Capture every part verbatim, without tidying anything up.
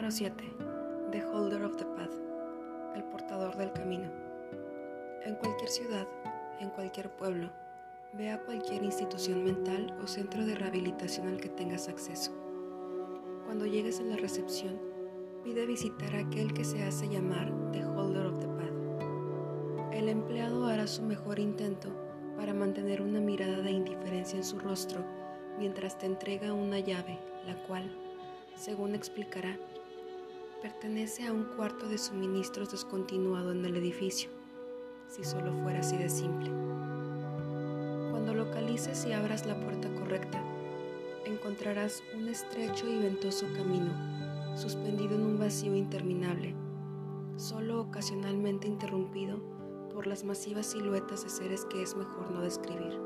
Número siete. The Holder of the Path. El portador del camino. En cualquier ciudad, en cualquier pueblo, ve a cualquier institución mental o centro de rehabilitación al que tengas acceso. Cuando llegues a la recepción, pide visitar a aquel que se hace llamar The Holder of the Path. El empleado hará su mejor intento para mantener una mirada de indiferencia en su rostro mientras te entrega una llave, la cual, según explicará, pertenece a un cuarto de suministros descontinuado en el edificio, si solo fuera así de simple. Cuando localices y abras la puerta correcta, encontrarás un estrecho y ventoso camino, suspendido en un vacío interminable, solo ocasionalmente interrumpido por las masivas siluetas de seres que es mejor no describir.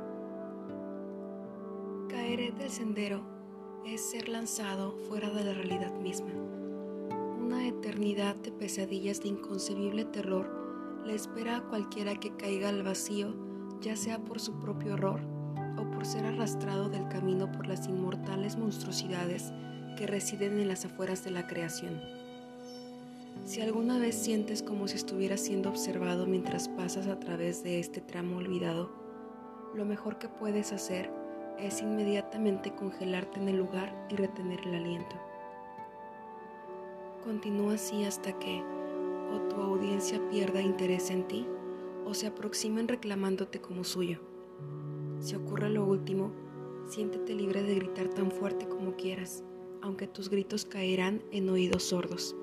Caer del sendero es ser lanzado fuera de la realidad misma. Una eternidad de pesadillas de inconcebible terror le espera a cualquiera que caiga al vacío, ya sea por su propio error o por ser arrastrado del camino por las inmortales monstruosidades que residen en las afueras de la creación. Si alguna vez sientes como si estuvieras siendo observado mientras pasas a través de este tramo olvidado, lo mejor que puedes hacer es inmediatamente congelarte en el lugar y retener el aliento. Continúa así hasta que o tu audiencia pierda interés en ti o se aproximen reclamándote como suyo. Si ocurre lo último, siéntete libre de gritar tan fuerte como quieras, aunque tus gritos caerán en oídos sordos.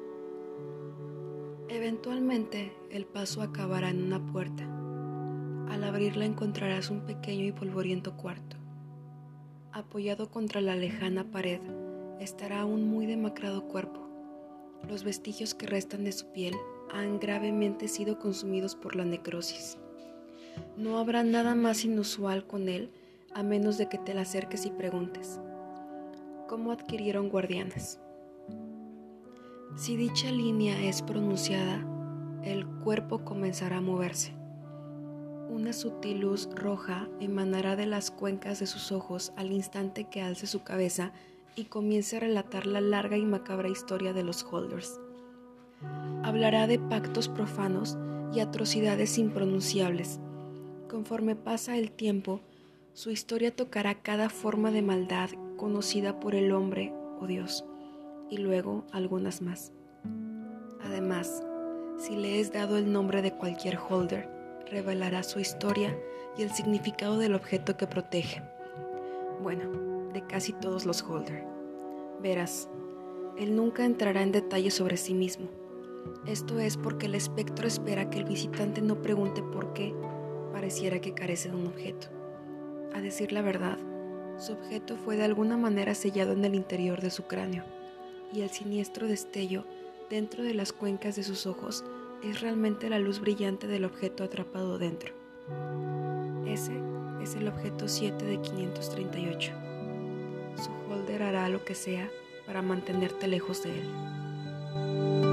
Eventualmente, el paso acabará en una puerta. Al abrirla encontrarás un pequeño y polvoriento cuarto. Apoyado contra la lejana pared estará un muy demacrado cuerpo. Los vestigios que restan de su piel han gravemente sido consumidos por la necrosis. No habrá nada más inusual con él a menos de que te le acerques y preguntes: ¿cómo adquirieron guardianes? Si dicha línea es pronunciada, el cuerpo comenzará a moverse. Una sutil luz roja emanará de las cuencas de sus ojos al instante que alce su cabeza y comience a relatar la larga y macabra historia de los Holders. Hablará de pactos profanos y atrocidades impronunciables. Conforme pasa el tiempo, su historia tocará cada forma de maldad conocida por el hombre o Dios, y luego algunas más. Además, si le es dado el nombre de cualquier Holder, revelará su historia y el significado del objeto que protege. Bueno, de casi todos los Holder. Verás, él nunca entrará en detalles sobre sí mismo. Esto es porque el espectro espera que el visitante no pregunte por qué pareciera que carece de un objeto. A decir la verdad, su objeto fue de alguna manera sellado en el interior de su cráneo, y el siniestro destello dentro de las cuencas de sus ojos es realmente la luz brillante del objeto atrapado dentro. Ese es el objeto siete de quinientos treinta y ocho. Su Holder hará lo que sea para mantenerte lejos de él.